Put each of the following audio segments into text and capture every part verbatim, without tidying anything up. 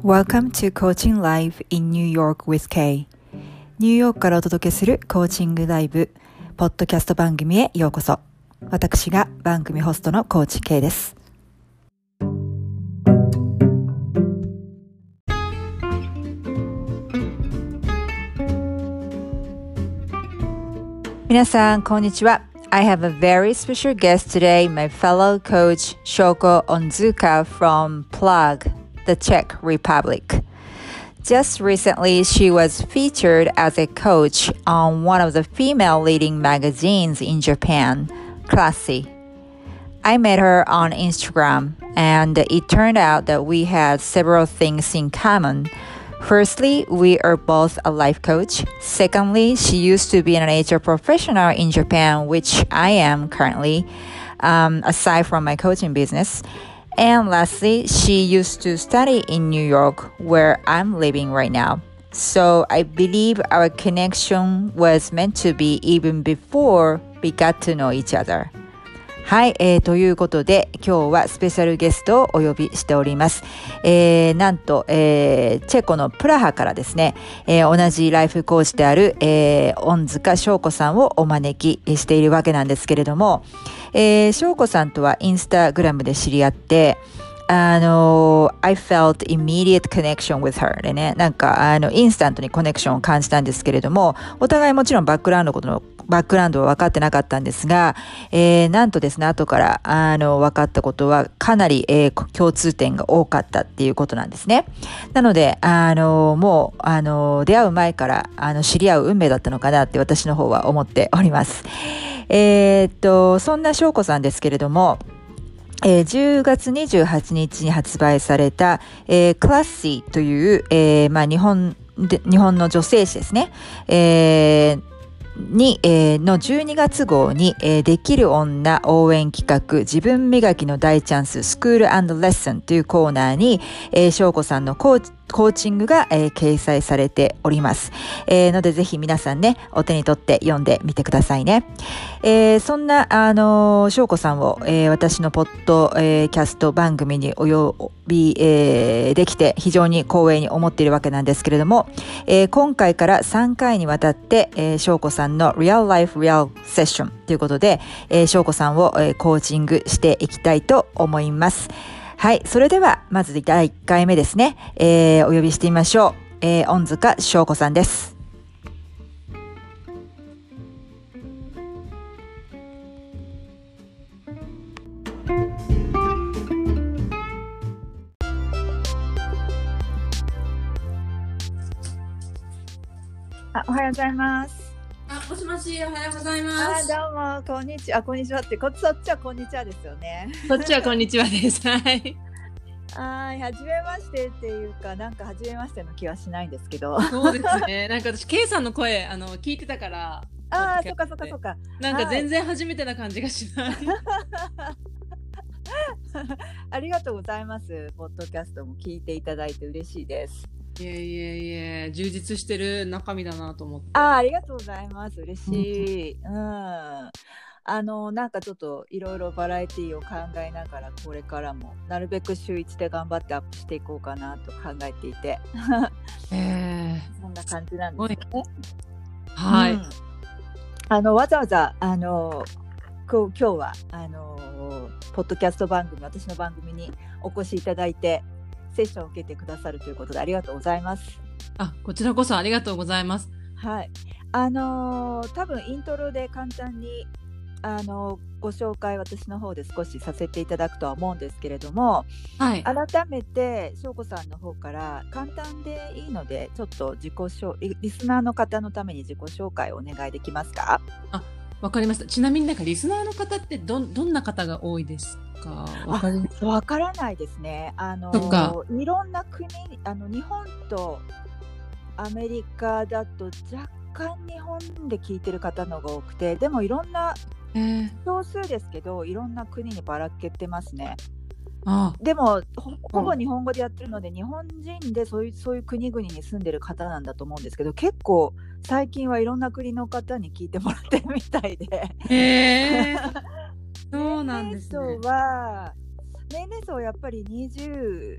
Welcome to Coaching Live in New York with Kay。 ニューヨークからお届けするコーチングライブポッドキャスト番組へようこそ。私が番組ホストのコーチ Kay です。皆さんこんにちは。I have a very special guest today, my fellow coach Shoko Onzuka from Prague, the Czech Republic. Just recently, she was featured as a coach on one of the female leading magazines in Japan, Classy. I met her on Instagram, and it turned out that we had several things in common.Firstly, we are both a life coach. Secondly, she used to be an H R professional in Japan, which I am currently, um, aside from my coaching business. And lastly, she used to study in New York, where I'm living right now. So I believe our connection was meant to be even before we got to know each other.はい、えー、ということで今日はスペシャルゲストをお呼びしております。えー、なんと、えー、チェコのプラハからですね、えー、同じライフコーチである、えー、恩塚翔子さんをお招きしているわけなんですけれども、えー、翔子さんとはインスタグラムで知り合って、あの、I felt immediate connection with her でね、なんかあのインスタントにコネクションを感じたんですけれども、お互いもちろんバックグラウンドのことのバックグラウンドは分かってなかったんですが、えー、なんとですね、後からあの分かったことはかなり、えー、共通点が多かったっていうことなんですね。なので、あのもうあの出会う前からあの知り合う運命だったのかなって私の方は思っております。えー、っとそんな翔子さんですけれども、えー、じゅうがつにじゅうはちにちに発売された、えー、Classy という、えーまあ、日本で日本の女性誌ですね。えーに、えー、のじゅうにがつ号に、えー、できる女応援企画自分磨きの大チャンススクール&レッスンというコーナーに、えー、翔子さんのコーチコーチングが、えー、掲載されております。えー、のでぜひ皆さんね、お手に取って読んでみてくださいね。えー、そんな、あのー、翔子さんを、えー、私のポッド、えー、キャスト番組にお呼び、えー、できて非常に光栄に思っているわけなんですけれども、えー、今回からさんかいにわたって、えー、翔子さんの Real Life Real Session ということで、えー、翔子さんを、えー、コーチングしていきたいと思います。はい、それではまずだいいっかいめですね、えー、お呼びしてみましょう。えー、恩塚翔子さんです。あ、おはようございます。 あ、もしもし、おはようございます。 あ、どうも、こんにちは。あ、こんにちはって、こっち、そっちはこんにちはですよね。 こっちはこんにちはです。はい。 はい、はじめましてっていうか、なんかはじめましての気はしないんですけど。 そうですね。なんか私、ケイさんの声、あの、聞いてたから。 ああ、そっかそっかそっか。 なんか全然初めてな感じがしない。はい、 ありがとうございます。ポッドキャストも聞いていただいて嬉しいです。 いえいえいえ、充実してる中身だなと思って。 ああ、ありがとうございます。嬉しい。うん。うんあのなんかちょっといろいろバラエティを考えながらこれからもなるべく週いちで頑張ってアップしていこうかなと考えていて、えー、そんな感じなんですね。 はい、うん、 あのわざわざあの今日はあのポッドキャスト番組私の番組にお越しいただいてセッションを受けてくださるということでありがとうございます。 あ、こちらこそありがとうございます。 はい、あの多分イントロで簡単にあのご紹介私の方で少しさせていただくとは思うんですけれども、はい、改めて翔子さんの方から簡単でいいのでちょっと自己紹介リスナーの方のために自己紹介をお願いできますか？ あ、わかりました。ちなみになんかリスナーの方ってどどんな方が多いですか？ わかりわからないですね。あのいろんな国あの日本とアメリカだと若干日本で聞いてる方の方が多くて、でもいろんな少数ですけどいろんな国にばらけてますね。ああでも ほ, ほぼ日本語でやってるので、うん、日本人でそういう、そういう国々に住んでる方なんだと思うんですけど、結構最近はいろんな国の方に聞いてもらってるみたいで。 へーそうなんですね。 年齢層は年齢層はやっぱりにじゅっ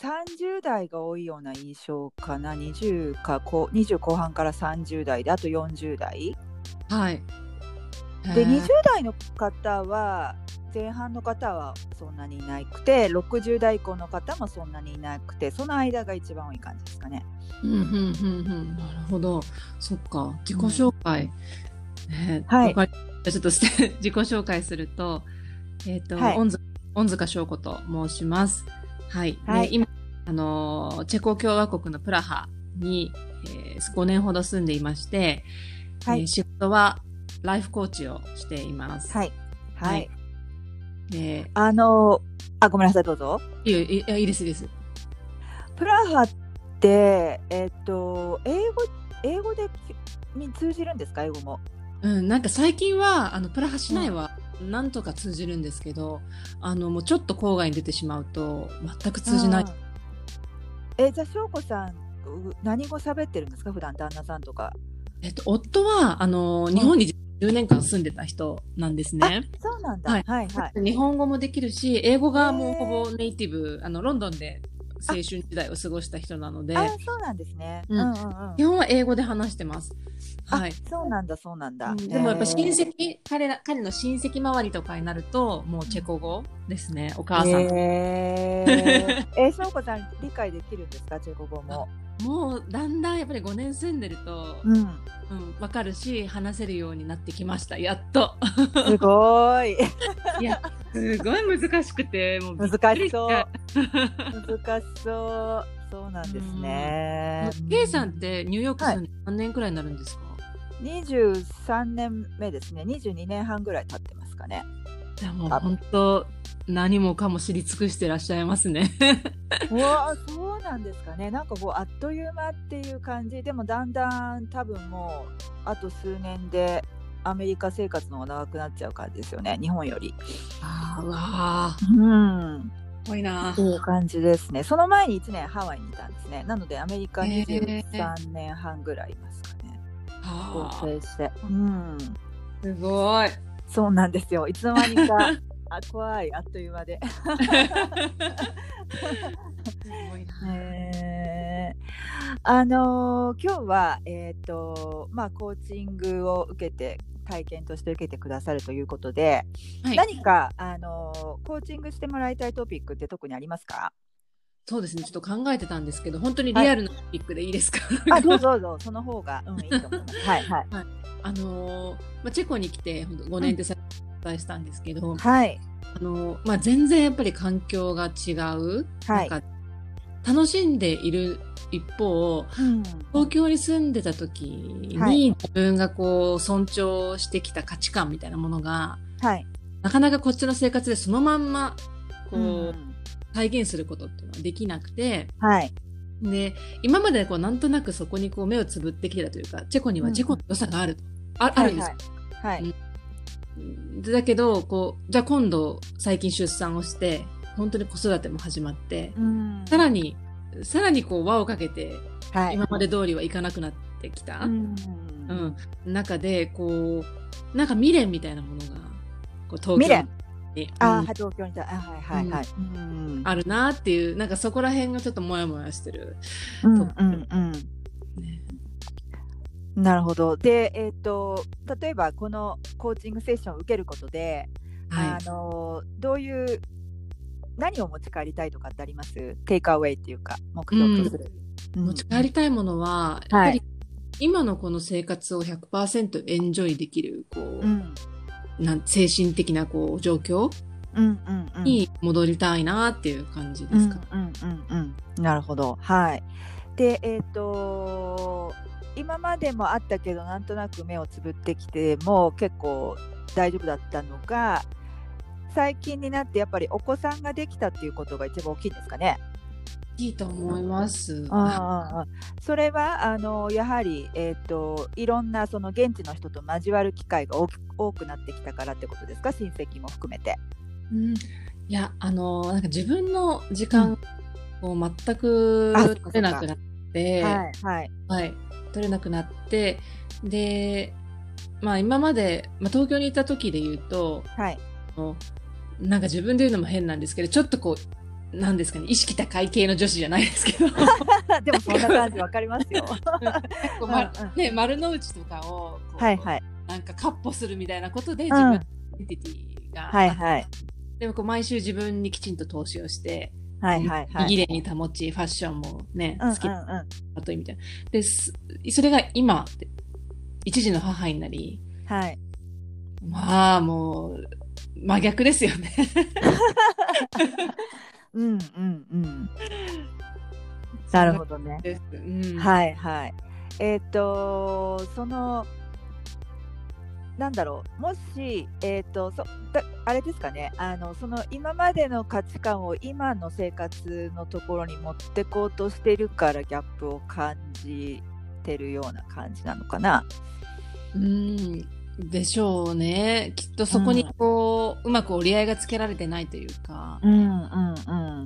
さんじゅう代が多いような印象かな。にじゅうかこうにじゅう後半からさんじゅう代で、あとよんじゅう代はいで、にじゅう代の方は前半の方はそんなにいなくて、ろくじゅう代以降の方もそんなにいなくて、その間が一番多い感じですかね。 うんうんうんうんなるほどそっか自己紹介、うんね、 はいわかりちょっとして自己紹介するとえっ、と、 はい恩塚恩塚翔子と申しますはい、 はいね、今あのチェコ共和国のプラハに、えー、ごねんほど住んでいまして、 はいえー仕事はライフコーチをしていますはいはい、 はいえあのあごめんなさい、どうぞ。 ー、いいいいいいですいいですプラハってえっ、と英語英語でに通じるんですか？英語も。 うん、なんか最近はあのプラハ市内はなんとか通じるんですけど、あのもうちょっと郊外に出てしまうと全く通じない。 うんえじゃあ翔子さんう何語喋ってるんですか？普段旦那さんとか。 えっと、夫はあの日本にじゅうねんかん住んでた人なんですね。 そうなんだ。 ははいいはい。 日本語もできるし、英語がもうへーほぼネイティブ、あのロンドンで青春時代を過ごした人なので、 あそうなんですね。 ううんんうんうん。 基本は英語で話してます。はい。 あそうなんだそうなんだ。 うんでもやっぱ親へー戚、彼ら彼の親戚周りとかになるともうチェコ語ですね、お母さんと。 へーえ翔子さん理解できるんですか？チェコ語も。 もうだんだんやっぱりごねん住んでると、 うん。 うん、分かるし話せるようになってきましたやっとすごーい。 いやすごい難しくてもうびっく難しりしちゃそう。難しそう。そうなんですね。 う K さんってニューヨーク住んで何年くらいになるんですか？ にじゅうさんねんめですね。にじゅうにねんはんぐらい経ってますかね。 いやもう本当何もかも知り尽くしてらっしゃいますねうわーそうなんですかね。なんかこうあっという間っていう感じでもだんだん多分もうあと数年でアメリカ生活の方が長くなっちゃう感じですよね。日本より。 あーうわうん。 ー多いなそういう感じですね。その前にいちねんハワイにいたんですね。なのでアメリカへーにじゅうさんねんはんぐらいいますかね。合あ計して。うん。 ーすごいそうなんですよ。いつの間にかあ怖いあっという間で。 すごいなえーあのー今日は、えーとまあ、コーチングを受けて体験として受けてくださるということで、 はい何か、あのーコーチングしてもらいたいトピックって特にありますか？ そうですねちょっと考えてたんですけど本当にリアルなトピックでいいですか？ あどうぞどうぞその方が、うん、いいと思います。はいはいあのーまあ、チェコに来てほんとごねんってさっきお伝えしたんですけど、 はいあのーまあ、全然やっぱり環境が違う、 はいなんか楽しんでいる一方うん東京に住んでた時に、 はい自分がこう尊重してきた価値観みたいなものがはいなかなかこっちの生活でそのまんまこう、 うん体現することっていうのはできなくてはいで今までこうなんとなくそこにこう目をつぶってきてたというかチェコにはチェコの良さがあると、ああるんですよ、 はいはいだけどこうじゃあ今度最近出産をして本当に子育ても始まって、 うんさらにさらにこう輪をかけてはい今まで通りはいかなくなってきた、 うんうん中でこうなんか未練みたいなものがこう東京未練に、 あーうん東京にいたあはいはいはいうんあるなっていうなんかそこら辺がちょっとモヤモヤしてる、 うんうんうんねなるほど。で、えっ、と例えばこのコーチングセッションを受けることで、 はあのどういう何を持ち帰りたいとかってあります？テイクアウェイっていうか目標とする。 い、持ち帰りたいものは、 うんやっぱり今のこの生活を ひゃくパーセント エンジョイできるこう、 うんなん精神的なこう状況うんうんうんに戻りたいなっていう感じですか。 うんうんうんうんなるほど。はい。で、えっ、と今までもあったけどなんとなく目をつぶってきても結構大丈夫だったのが最近になってやっぱりお子さんができたっていうことが一番大きいんですかね。 いいと思います。 ああそれはあのやはり、えー、といろんなその現地の人と交わる機会が大き多くなってきたからってことですか？親戚も含めて。 うん、いやあのなんか自分の時間を全くあそっかそっか取れなくなって、 はいはいはい、取れなくなってで、まあ、今まで、まあ、東京にいた時で言うとはいあのなんか自分で言うのも変なんですけどちょっとこうなんですかね、意識高い系の女子じゃないですけどでもそんな感じわかりますよ。 こう、まうんうんね、丸の内とかをこう、 はいはい。 なんかカッポするみたいなことでん自分のアイデンティティが、 はいはい。 でもこう毎週自分にきちんと投資をして、 はいはいはい。 綺麗に保ち、ファッションもね、 うんうん好きだというみたいな。で、すそれが今、一児の母になり、 うん。はい。 まあもう真逆ですよね。 うんうんうん。なるほどね。 です。うん、 はいはい。えっ、とそのなんだろう、もし、えーとそだあれですかね、あのその今までの価値観を今の生活のところに持ってこうとしてるからギャップを感じてるような感じなのかな。 うんでしょうね。きっとそこにこう、うん、うまく折り合いがつけられてないというか。 うんうんうん。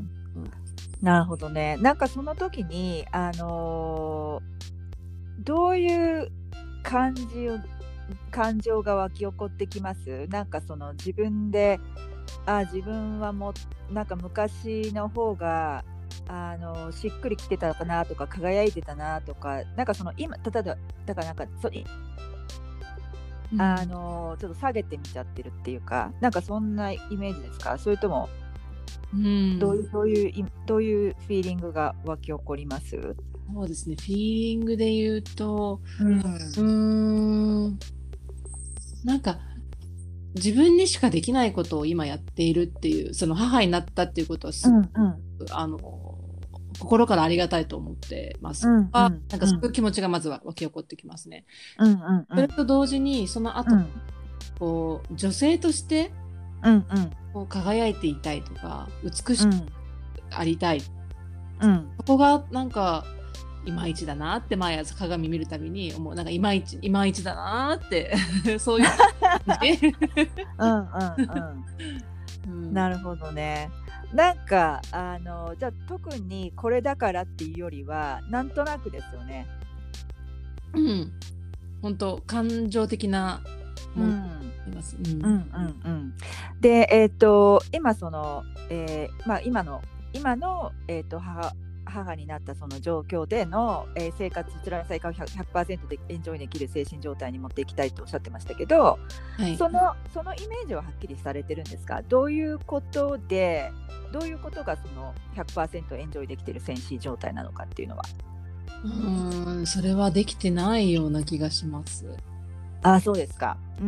なるほどね。なんかその時に、あのーどういう感じを感情が湧き起こってきます？なんかその自分で、あ、自分はもうなんか昔の方があのしっくりきてたかなとか輝いてたなとか、なんかその今例えばだからなんかそうん、 あのちょっと下げてみちゃってるっていうか、なんかそんなイメージですか？それともうん、 どういうどういういどういうフィーリングが湧き起こります？ そうですね。フィーリングで言うと、 うんうーん、なんか自分にしかできないことを今やっているっていう、その母になったっていうことはすうんごく、あの心からありがたいと思ってます。 うんうんあ、なんかそういう気持ちがまずは湧き起こってきますね。 うんうんそれと同時にその後、 うんこう女性としてうんうんこう輝いていたいとか美しくありたい、 うんそこがなんかいまいちだなって毎朝鏡見るたびに思う。なんかいまいちいまいちだなってそういう感じ。 うんうんうんうんなるほどね。なんかあのじゃあ特にこれだからっていうよりはなんとなくですよね。 うん、本当感情的なものうんあります。うんうんうんうんで、えっ、と今その、えーまあ、今の今の、えー、と母母になったその状況での、えー生活つらさいかを ひゃくパーセント でエンジョイできる精神状態に持っていきたいとおっしゃってましたけど、 はい、 そのそのイメージははっきりされてるんですか？どういうことでどういうことがその ひゃくパーセント エンジョイできてる精神状態なのかっていうのは。 うーんそれはできてないような気がします。 あ、そうですか。うん。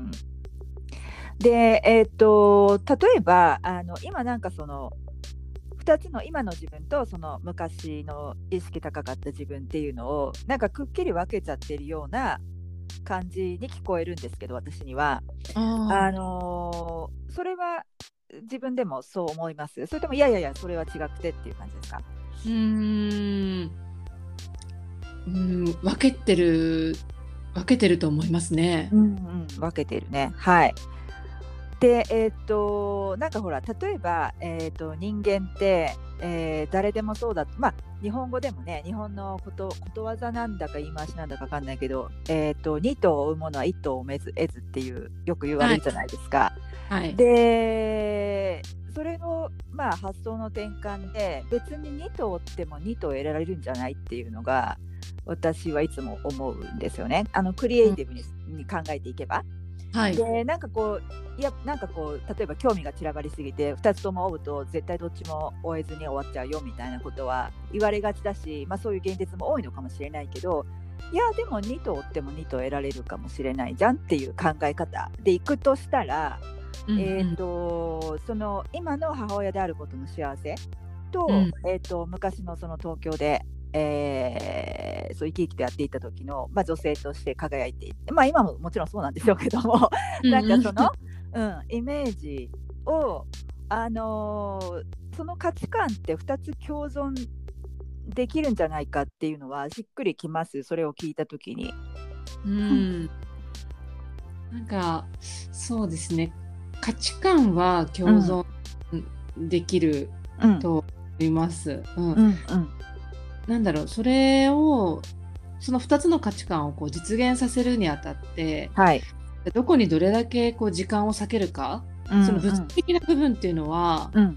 で、えっ、と例えばあの今なんかそのふたつの今の自分とその昔の意識高かった自分っていうのをなんかくっきり分けちゃってるような感じに聞こえるんですけど、私にはああのーそれは自分でもそう思います？それともいやいやいやそれは違くてっていう感じですか？ うーんうーん分けてる分けてると思いますね。 うんうん、分けてるね。はい。で、えっ、となんかほら例えば、えー、と人間って、えー誰でもそうだ、まあ日本語でもね、日本のことことわざなんだか言い回しなんだか分かんないけど、えー、とに頭を追うものはいっ頭を得ず得ずっていうよく言われるじゃないですか。 はい。 でそれの、まあ、発想の転換で別にに頭追ってもに頭得られるんじゃないっていうのが私はいつも思うんですよね。あのクリエイティブに,、に考えていけば。 はい。 でなんかこういやなんかこう例えば興味が散らばりすぎてふたつとも追うと絶対どっちも追えずに終わっちゃうよみたいなことは言われがちだし、まあ、そういう現実も多いのかもしれないけど、いやでもに頭追ってもに頭得られるかもしれないじゃんっていう考え方でいくとしたら、 うんうんえー、とその今の母親であることの幸せと,、 うんえー、と昔のその東京で、えーそう生き生きとやっていた時の、まあ、女性として輝いていて、まあ、今ももちろんそうなんでしょうけどもなんかその、うん、イメージを、あのーその価値観ってふたつ共存できるんじゃないかっていうのはしっくりきます。それを聞いた時に。 うんなんかそうですね、価値観は共存できるうんと思います。うんうんうんなんだろう、それをそのふたつの価値観をこう実現させるにあたってはいどこにどれだけこう時間を割けるか、 うんその物理的な部分っていうのは、 うん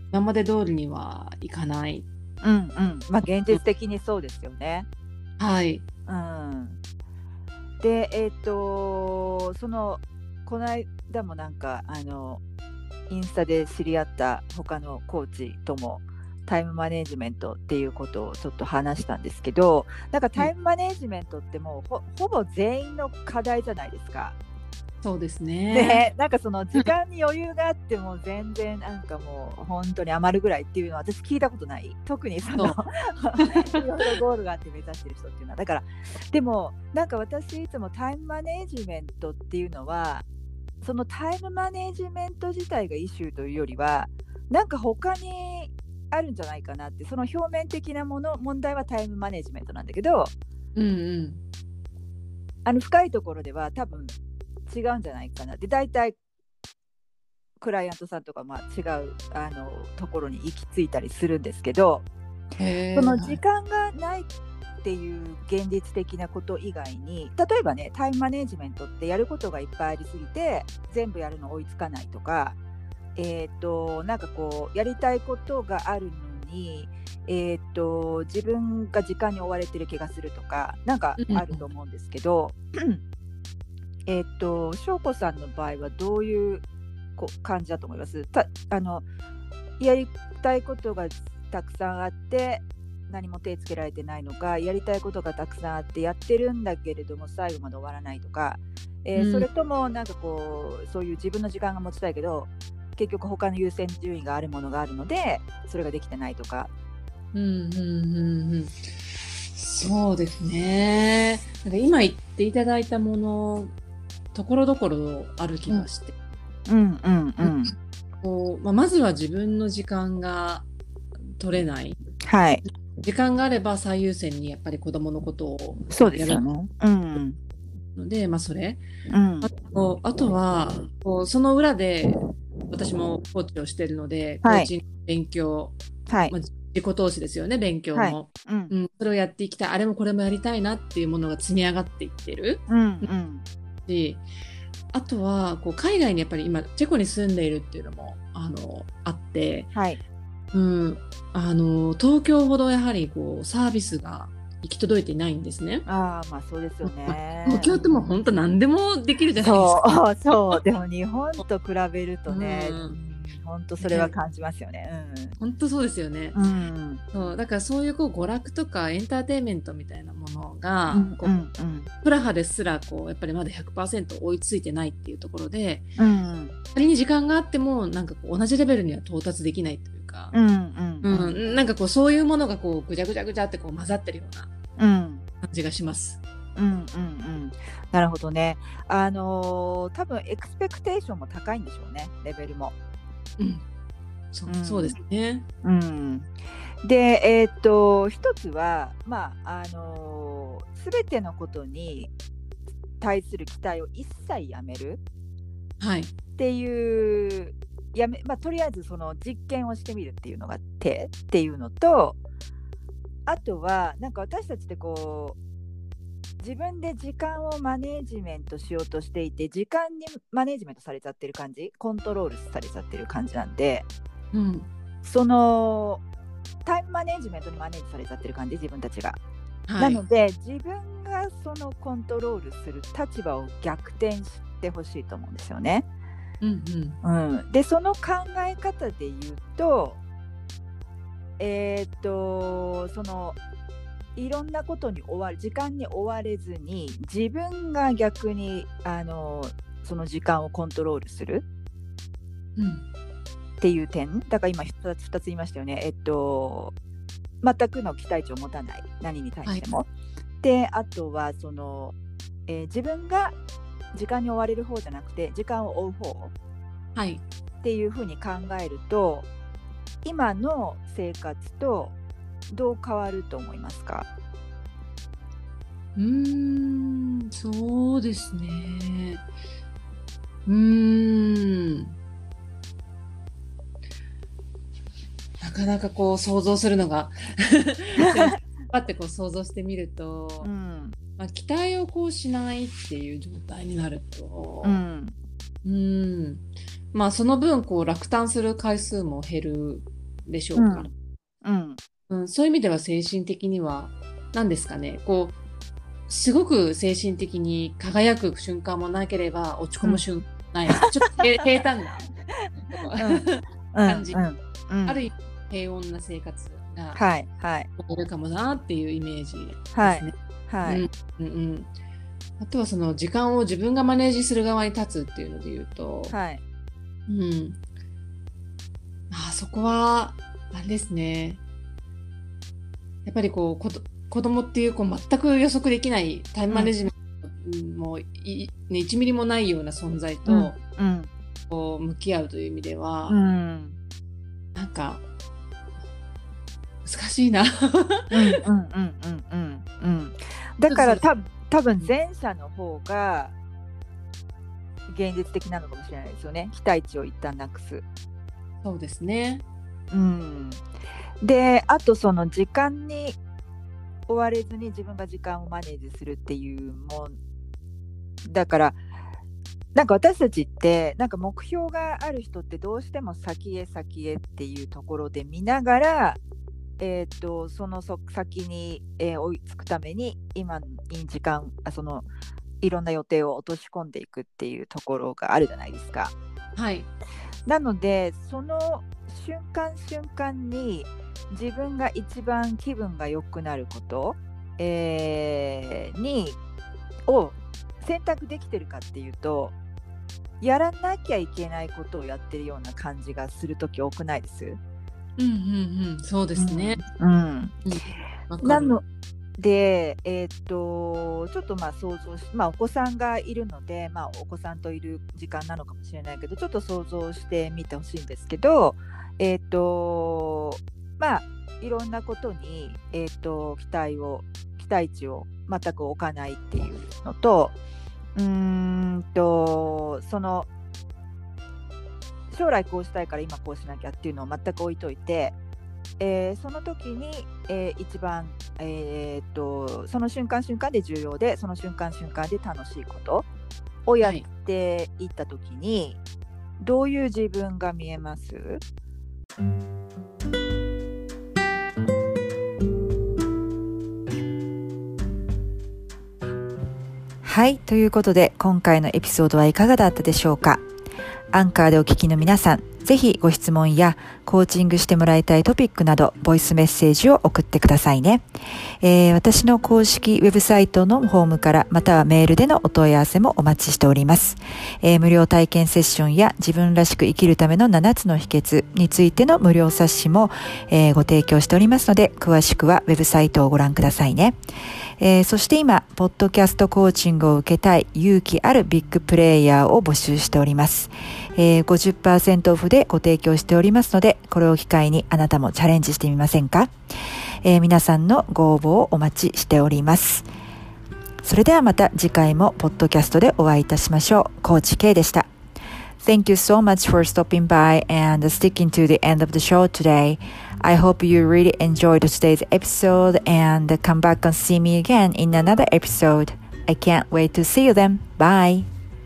今まで通りにはいかない。 うんうん。まあ現実的にそうですよね。 はい。 うん。で、えっ、とそのこの間もなんかあのインスタで知り合った他のコーチともタイムマネジメントっていうことをちょっと話したんですけど、なんかタイムマネジメントってもう ほ, ほぼ全員の課題じゃないですか。 そうですね。 ね、なんかその時間に余裕があっても全然なんかもう本当に余るぐらいっていうのは私聞いたことない。特にそのいろいろゴールがあって目指してる人っていうのは。だからでもなんか私いつもタイムマネジメントっていうのはそのタイムマネジメント自体がイシューというよりはなんか他にあるんじゃないかなって。その表面的なもの問題はタイムマネジメントなんだけど、 うんうん、 あの深いところでは多分違うんじゃないかな。で大体クライアントさんとかまあ違うあのところに行き着いたりするんですけど、その時間がないっていう現実的なこと以外に、例えばねタイムマネジメントってやることがいっぱいありすぎて全部やるの追いつかないとか、えー、となんかこうやりたいことがあるのに、えー、と自分が時間に追われてる気がするとかなんかあると思うんですけど、うんえっ、ー、と翔子さんの場合はどういうこ感じだと思います？たあのやりたいことがたくさんあって何も手つけられてないのか、やりたいことがたくさんあってやってるんだけれども最後まで終わらないとか、えーうん、それともなんかこうそういう自分の時間が持ちたいけど結局他の優先順位があるものがあるのでそれができてないとか。 うんうんうんうん、そうですね。なんか今言っていただいたものところどころある気がして、 うんうんうんこうまあ、まずは自分の時間が取れない、 はい、 時間があれば最優先にやっぱり子どものことをやる。 そうですよね、うん、 ので、まあ、それ、 うん、 あと、あとはこうその裏で私もコーチをしているので、 はい、 コーチング勉強、 はい、 まあ、自己投資ですよね、勉強も、はい、うんうん、それをやっていきたい、あれもこれもやりたいなっていうものが積み上がっていってる、 うんうん、 し、あとはこう海外にやっぱり今チェコに住んでいるっていうのも あのあって、 はいうん、あの東京ほどやはりこうサービスが行き届いていないんですね。 ああ、まあそうですよね。 東京ってもう本当何でもできるじゃないですか。 そうそうでも日本と比べるとね、うん本当それは感じますよね。うん、 本当そうですよね。 うん、 そうだからそういうこう娯楽とかエンターテインメントみたいなものが、 うんこううんうん、 プラハですらこうやっぱりまだ ひゃくパーセント 追いついてないっていうところで、 うん、 仮に時間があってもなんかこう同じレベルには到達できないというか、うんうんうん、なんかこうそういうものがこうぐちゃぐちゃぐちゃってこう混ざってるような感じがします。 うんうんうん、なるほどね。あのー、多分エクスペクテーションも高いんでしょうね、レベルも。 うん、そ, う、うん、そうですね。 うん、で、えー、っと一つは、まああのー、全てのことに対する期待を一切やめる、 はい、 っていうやめ、まあ、とりあえずその実験をしてみるっていうのが手っていうのと、あとはなんか私たちってこう自分で時間をマネージメントしようとしていて時間にマネージメントされちゃってる感じ、コントロールされちゃってる感じなんで、 うん、 そのタイムマネージメントにマネージされちゃってる感じ、自分たちが、はい、なので自分がそのコントロールする立場を逆転してほしいと思うんですよね。 うんうんうん、でその考え方で言うとえー、っとそのいろんなことに追われ時間に追われずに自分が逆にあのその時間をコントロールする、うん、っていう点だから今ふたつ、ふたつ言いましたよね。えっと全くの期待値を持たない、何に対しても、はい、であとはその、えー、自分が時間に追われる方じゃなくて時間を追う方、 はい、 っていうふうに考えると今の生活とどう変わると思いますか？ うーん、そうですね。うーん。なかなかこう想像するのがパッてこう想像してみると、うんまあ、期待をこうしないっていう状態になると、うん、うんまあその分こう落胆する回数も減るでしょうか。 うんうん、そういう意味では精神的には何ですかね、こうすごく精神的に輝く瞬間もなければ落ち込む瞬間ない、うん、ちょっと平坦な感じ、うんうんうん、ある意味平穏な生活がはいはい起こるかもなっていうイメージですね。 はいはい、 うんうんうん、あとはその時間を自分がマネージする側に立つっていうので言うと、 はいうん、あそこはあれですね、やっぱりこうこと子供っていう、こう全く予測できないタイムマネジメントもい、ね、いちミリもないような存在と、うんうん、こう向き合うという意味では、うん、なんか難しいなうんうんうんうんうんうんだからた多分前者の方が現実的なのかもしれないですよね。期待値を一旦なくす。 そうですね。 うん。で、あとその時間に追われずに自分が時間をマネージするっていうもんだから、なんか私たちってなんか目標がある人ってどうしても先へ先へっていうところで見ながら、えー、とその先に、えー、追いつくために今に時間そのいろんな予定を落とし込んでいくっていうところがあるじゃないですか。 はい。 なのでその瞬間瞬間に自分が一番気分が良くなること、えー、にを選択できてるかっていうと、やらなきゃいけないことをやってるような感じがするとき多くないです？ うんうんうん、そうですね。 うん。うんうん、なので、えー、っとちょっとまあ想像し、まあお子さんがいるので、まあお子さんといる時間なのかもしれないけど、ちょっと想像してみてほしいんですけど、えー、っとまあいろんなことに、えー、っと期待を期待値を全く置かないっていうのと、うーんとその将来こうしたいから今こうしなきゃっていうのを全く置いといて、えー、その時に、えー、一番、えー、っとその瞬間瞬間で重要で、その瞬間瞬間で楽しいことをやっていった時に、はい、どういう自分が見えます？ はい、ということで今回のエピソードはいかがだったでしょうか。アンカーでお聞きの皆さん、ぜひご質問やコーチングしてもらいたいトピックなどボイスメッセージを送ってくださいね。えー、私の公式ウェブサイトのホームからまたはメールでのお問い合わせもお待ちしております。えー、無料体験セッションや自分らしく生きるためのななつの秘訣についての無料冊子も、えー、ご提供しておりますので、詳しくはウェブサイトをご覧くださいね。えー、そして今、ポッドキャストコーチングを受けたい勇気あるビッグプレイヤーを募集しております。えー、ごじゅっパーセント オフでご提供しておりますので、これを機会にあなたもチャレンジしてみませんか？えー、皆さんのご応募をお待ちしております。それではまた次回もポッドキャストでお会いいたしましょう。コーチ K でした。Thank you so much for stopping by and sticking to the end of the show today. I hope you really enjoyed today's episode and come back and see me again in another episode. I can't wait to see you then. Bye.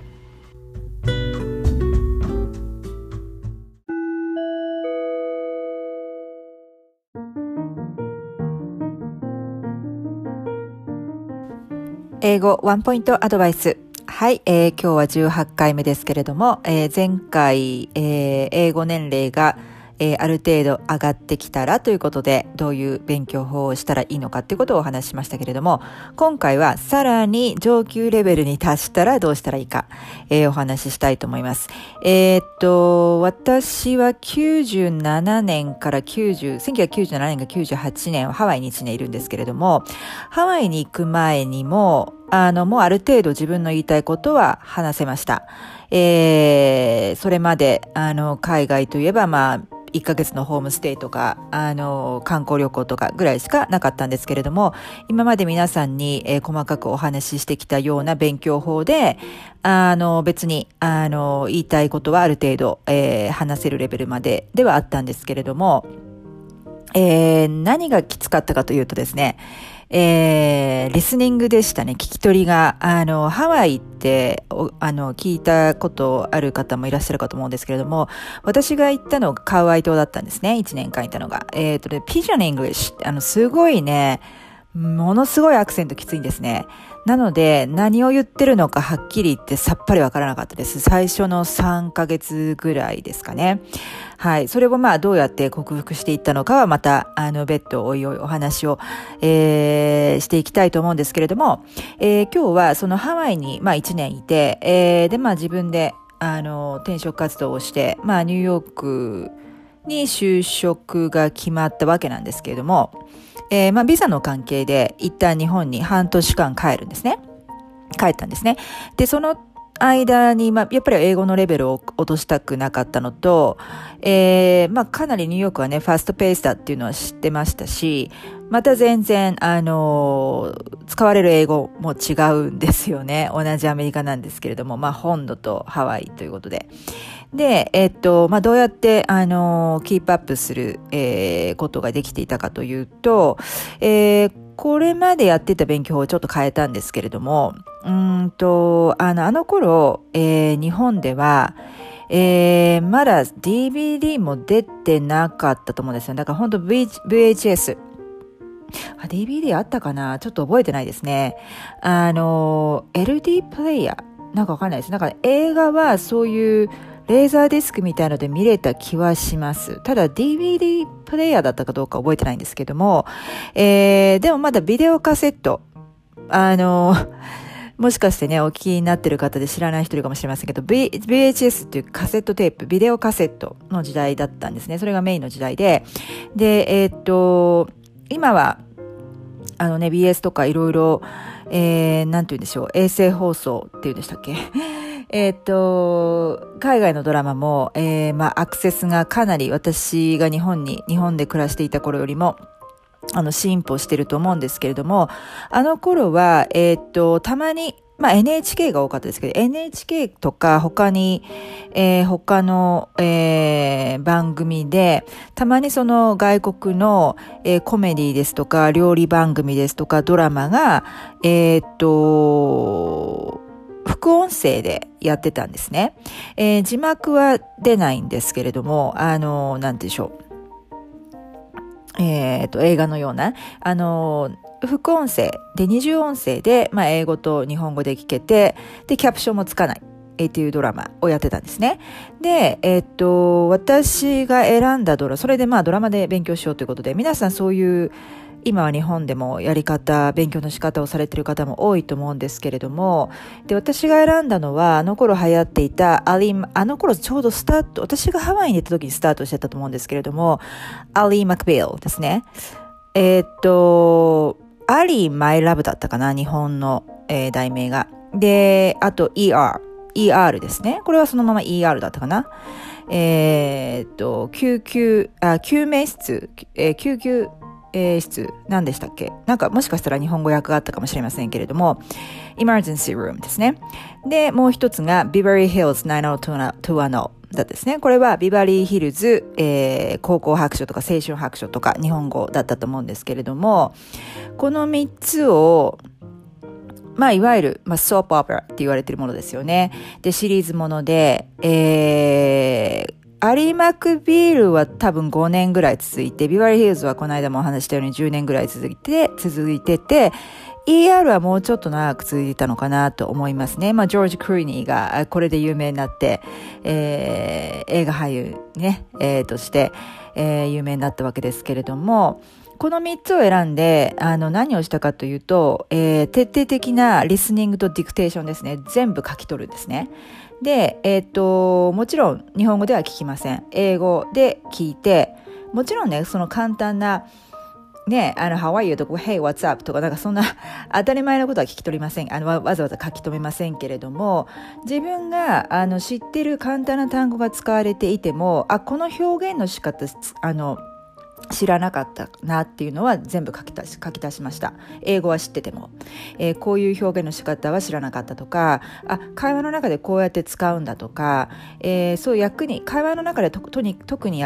英語ワンポイントアドバイス。はい、えー、今日はじゅうはちかいめですけれども、えー、前回、えー、英語年齢が、えー、ある程度上がってきたらということで、どういう勉強法をしたらいいのかということをお話ししましたけれども、今回はさらに上級レベルに達したらどうしたらいいか、えー、お話ししたいと思います。えー、っと、私はきゅうじゅうななねんからきゅうじゅう、せんきゅうひゃくきゅうじゅうななねんからきゅうじゅうはちねんはハワイにいちねんいるんですけれども、ハワイに行く前にも、あの、もうある程度自分の言いたいことは話せました。えー、それまで、あの、海外といえば、まあ、いっかげつのホームステイとか、あの、観光旅行とかぐらいしかなかったんですけれども、今まで皆さんに、えー、細かくお話ししてきたような勉強法で、あの、別に、あの、言いたいことはある程度、えー、話せるレベルまでではあったんですけれども、えー、何がきつかったかというとですね、 えー、リスニングでしたね。聞き取りが。あの、ハワイって、あの、聞いたことある方もいらっしゃるかと思うんですけれども、私が行ったのがカウアイ島だったんですね。いちねんかんいたのが。えっとね、ピジョン・イングリッシュ。あの、すごいね、ものすごいアクセントきついんですね。なので、何を言ってるのかはっきり言ってさっぱりわからなかったです。最初のさんかげつぐらいですかね。はい。それをまあどうやって克服していったのかはまた、あの、別途おいおいお話を、えー、していきたいと思うんですけれども、えー、今日はそのハワイにまあいちねんいて、えー、でまあ自分で、あの、転職活動をして、まあニューヨークに就職が決まったわけなんですけれども、えー、まあ、ビザの関係で一旦日本に半年間帰るんですね。帰ったんですね。で、その間に、まあ、やっぱり英語のレベルを落としたくなかったのと、えー、まあ、かなりニューヨークはね、ファストペースだっていうのは知ってましたし、また全然、あのー、使われる英語も違うんですよね。同じアメリカなんですけれども、まあ、本土とハワイということで。で、えっと、まあ、どうやって、あのー、キープアップする、えー、ことができていたかというと、えー、これまでやってた勉強をちょっと変えたんですけれども、うーんと、あの、あの頃、えー、日本では、えー、まだ ディーブイディー も出てなかったと思うんですよ。だから本当 ブイエイチエス。あ、ディーブイディー あったかなちょっと覚えてないですね。あの、エルディー プレイヤー。なんかわかんないです。なんか映画はそういうレーザーディスクみたいので見れた気はします。ただ ディーブイディー プレイヤーだったかどうか覚えてないんですけども、えー、でもまだビデオカセット。あの、もしかしてね、お聞きになってる方で知らない人いるかもしれませんけど、v、ブイエイチエス っていうカセットテープ、ビデオカセットの時代だったんですね。それがメインの時代で。で、えー、っと、今は、あのね、ビーエス とかいろいろ、えー、なんて言うんでしょう、衛星放送っていうんでしたっけえっと、海外のドラマも、えー、まあ、アクセスがかなり私が日本に、日本で暮らしていた頃よりも、あの、進歩してると思うんですけれども、あの頃は、えっと、たまに、まあ エヌエイチケー が多かったですけど、エヌエイチケー とか他に、えー、他の、えー、番組で、たまにその外国の、えー、コメディですとか、料理番組ですとか、ドラマが、えー、っと、副音声でやってたんですね。えー、字幕は出ないんですけれども、あの、なんてでしょう。えっと、映画のような、あの、副音声で二重音声で、まあ、英語と日本語で聞けて、で、キャプションもつかない、えー、っていうドラマをやってたんですね。で、えっと、私が選んだドラマ、それでまあドラマで勉強しようということで、皆さんそういう、今は日本でもやり方、勉強の仕方をされている方も多いと思うんですけれども、で、私が選んだのは、あの頃流行っていたアリー、あの頃ちょうどスタート、私がハワイに行った時にスタートしてたと思うんですけれども、アリー・マクベルですね。えー、っと、アリー・マイ・ラブだったかな、日本の、えー、題名が。で、あと イーアール。イーアール ですね。これはそのまま イーアール だったかな。えー、っと、救急、あ、救命室、えー、救急、えー、室、何でしたっけ？なんかもしかしたら日本語訳があったかもしれませんけれども、Emergency Room ですね。で、もう一つが Beverly Hills ナインオーツーワンゼロだですね。これはビバリーヒルズ、えー、高校白書とか青春白書とか日本語だったと思うんですけれども、この三つを、まあ、いわゆる、まあ、ソープオペラって言われているものですよね。で、シリーズもので、えー、アリー・マクビールは多分ごねんぐらい続いて、ビバリーヒルズはこの間もお話したようにじゅうねんぐらい続いて、続いてて、イーアール はもうちょっと長く続いたのかなと思いますね。まあ、ジョージ・クルーニーがこれで有名になって、えー、映画俳優ね、えー、として、えー、有名になったわけですけれども、このみっつを選んで、あの、何をしたかというと、えー、徹底的なリスニングとディクテーションですね。全部書き取るんですね。で、えっと、もちろん日本語では聞きません。英語で聞いて、もちろんね、その簡単な、ね、あの、How are you? とか、Hey, what's up? とか、なんかそんな当たり前のことは聞き取りません。あの、わ, わざわざ書き留めませんけれども、自分が、あの、知ってる簡単な単語が使われていても、あ、この表現の仕方、あの、知らなかったなっていうのは全部書き出し、書き出しました。英語は知ってても、えー、こういう表現の仕方は知らなかったとか、あ、会話の中でこうやって使うんだとか、えー、そう役に会話の中でととに特にや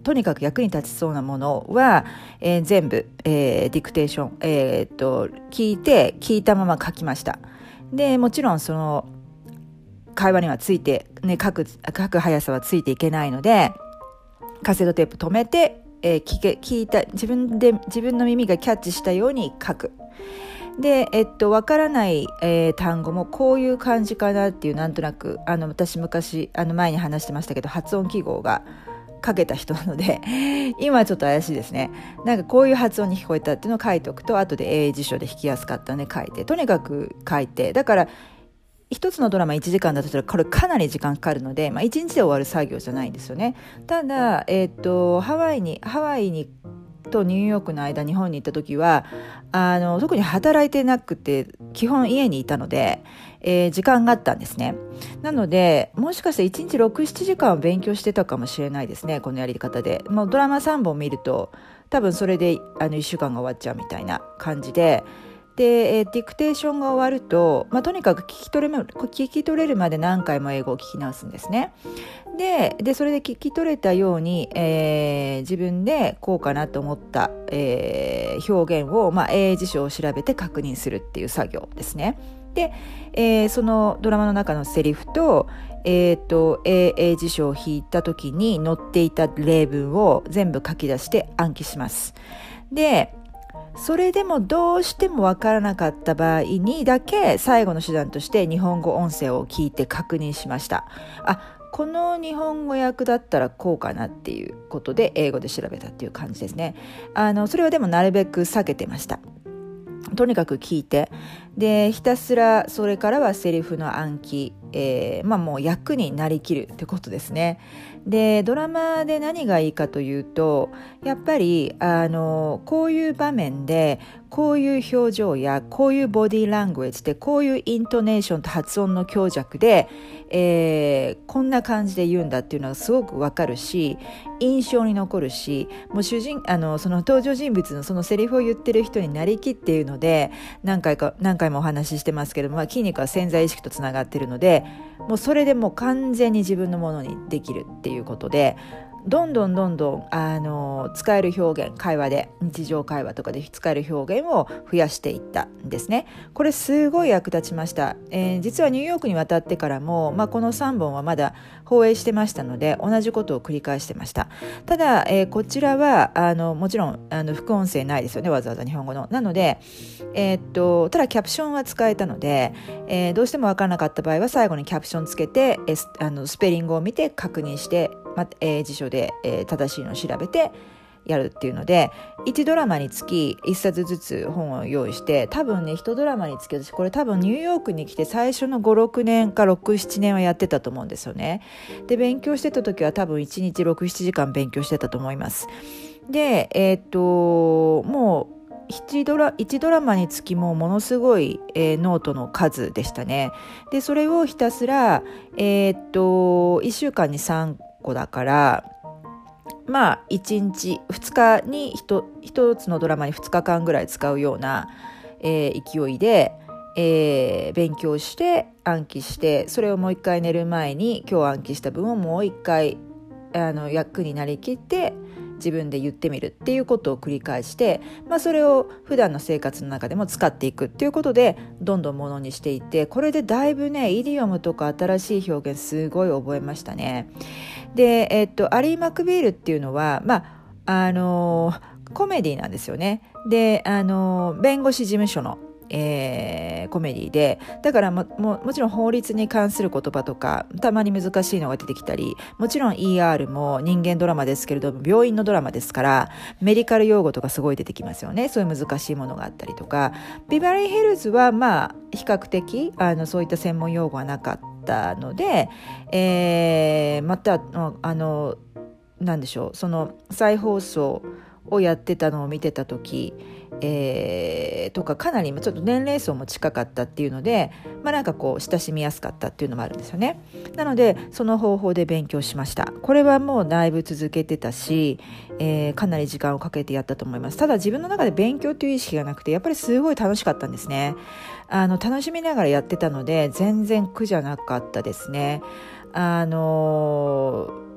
とにかく役に立ちそうなものは、えー、全部、えー、ディクテーション、えー、っと聞いて聞いたまま書きました。でもちろんその会話にはついて、ね、書く、書く速さはついていけないのでカセットテープ止めて、えー、聞け聞いた自分で自分の耳がキャッチしたように書く。で、えっと、わからない、えー、単語もこういう感じかなっていう、なんとなくあの私昔あの前に話してましたけど発音記号が書けた人なので今はちょっと怪しいですね。なんかこういう発音に聞こえたっていうのを書いておくと後で英英辞書で引きやすかったので書いて、とにかく書いて、だから一つのドラマいちじかんだとしたらこれかなり時間かかるので、まあ、いちにちで終わる作業じゃないんですよね。ただ、えー、とハワイにハワイにとニューヨークの間日本に行った時はあの特に働いてなくて基本家にいたので、えー、時間があったんですね。なのでもしかしていちにちろく、ななじかんは勉強してたかもしれないですね、このやり方で。もうドラマさんぼん見ると多分それであのいっしゅうかんが終わっちゃうみたいな感じで、で、えー、ディクテーションが終わると、まあ、とにかく聞き取れ、聞き取れるまで何回も英語を聞き直すんですね。で、でそれで聞き取れたように、えー、自分でこうかなと思った、えー、表現を、まあ、英辞書を調べて確認するっていう作業ですね。で、えー、そのドラマの中のセリフと、えーと、英英辞書を引いた時に載っていた例文を全部書き出して暗記します。でそれでもどうしてもわからなかった場合にだけ最後の手段として日本語音声を聞いて確認しました。あ、この日本語訳だったらこうかなっていうことで英語で調べたっていう感じですね。あのそれはでもなるべく避けてました。とにかく聞いて、でひたすらそれからはセリフの暗記、えーまあ、もう役になりきるってことですね。でドラマで何がいいかというと、やっぱりあのこういう場面でこういう表情やこういうボディーラングエッジでこういうイントネーションと発音の強弱で、えー、こんな感じで言うんだっていうのがすごくわかるし印象に残るし、もう主人あのその登場人物のそのセリフを言ってる人になりきっているので、何回か何回もお話ししてますけども、まあ、筋肉は潜在意識とつながっているので、もうそれでもう完全に自分のものにできるっていうことで、どんどんどんどんあの使える表現、会話で日常会話とかで使える表現を増やしていったんですね。これすごい役立ちました。えー、実はニューヨークに渡ってからも、まあ、このさんぼんはまだ放映してましたので同じことを繰り返してました。ただ、えー、こちらはあのもちろんあの副音声ないですよね、わざわざ日本語の。なので、えー、っとただキャプションは使えたので、えー、どうしても分からなかった場合は最後にキャプションつけて、えー、あのスペリングを見て確認してまえー、辞書で、えー、正しいのを調べてやるっていうので、いちドラマにつきいっさつずつ本を用意して、多分ねいちドラマにつき私これ多分ニューヨークに来て最初のご、ろくねんかろく、ななねんはやってたと思うんですよね。で勉強してた時は多分いちにちろく、ななじかん勉強してたと思います。でえー、っともういちドラ、いちドラマにつきもものすごい、えー、ノートの数でしたね。でそれをひたすら、えー、っといっしゅうかんにさんこだからまあいちにちふつかに 1, 1つのドラマにふつかかんぐらい使うような、えー、勢いで、えー、勉強して暗記して、それをもう一回寝る前に今日暗記した分をもう一回あの役になりきって自分で言ってみるっていうことを繰り返して、まあ、それを普段の生活の中でも使っていくっていうことでどんどんものにしていって、これでだいぶねイディオムとか新しい表現すごい覚えましたね。で、えっと、アリー・マクビールっていうのは、まああのー、コメディなんですよね。で、あのー、弁護士事務所のえー、コメディで、だから も, も, もちろん法律に関する言葉とかたまに難しいのが出てきたり、もちろん イーアール も人間ドラマですけれども病院のドラマですからメディカル用語とかすごい出てきますよね。そういう難しいものがあったりとか、ビバリーヒルズはまあ比較的あのそういった専門用語はなかったので、えー、またあのなんでしょう、その再放送をやってたのを見てた時、えー、とかかなりちょっと年齢層も近かったっていうので、まあ、なんかこう親しみやすかったっていうのもあるんですよね。なのでその方法で勉強しました。これはもうだいぶ続けてたし、えー、かなり時間をかけてやったと思います。ただ自分の中で勉強という意識がなくてやっぱりすごい楽しかったんですね。あの楽しみながらやってたので全然苦じゃなかったですね。あのー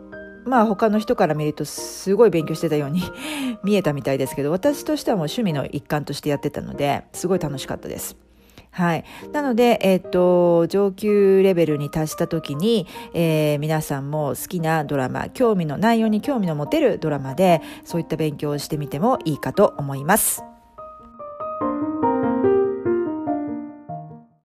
まあ他の人から見るとすごい勉強してたように見えたみたいですけど、私としてはもう趣味の一環としてやってたのですごい楽しかったです。はい、なので、えーと、上級レベルに達した時に、えー、皆さんも好きなドラマ、興味の内容に興味の持てるドラマでそういった勉強をしてみてもいいかと思います。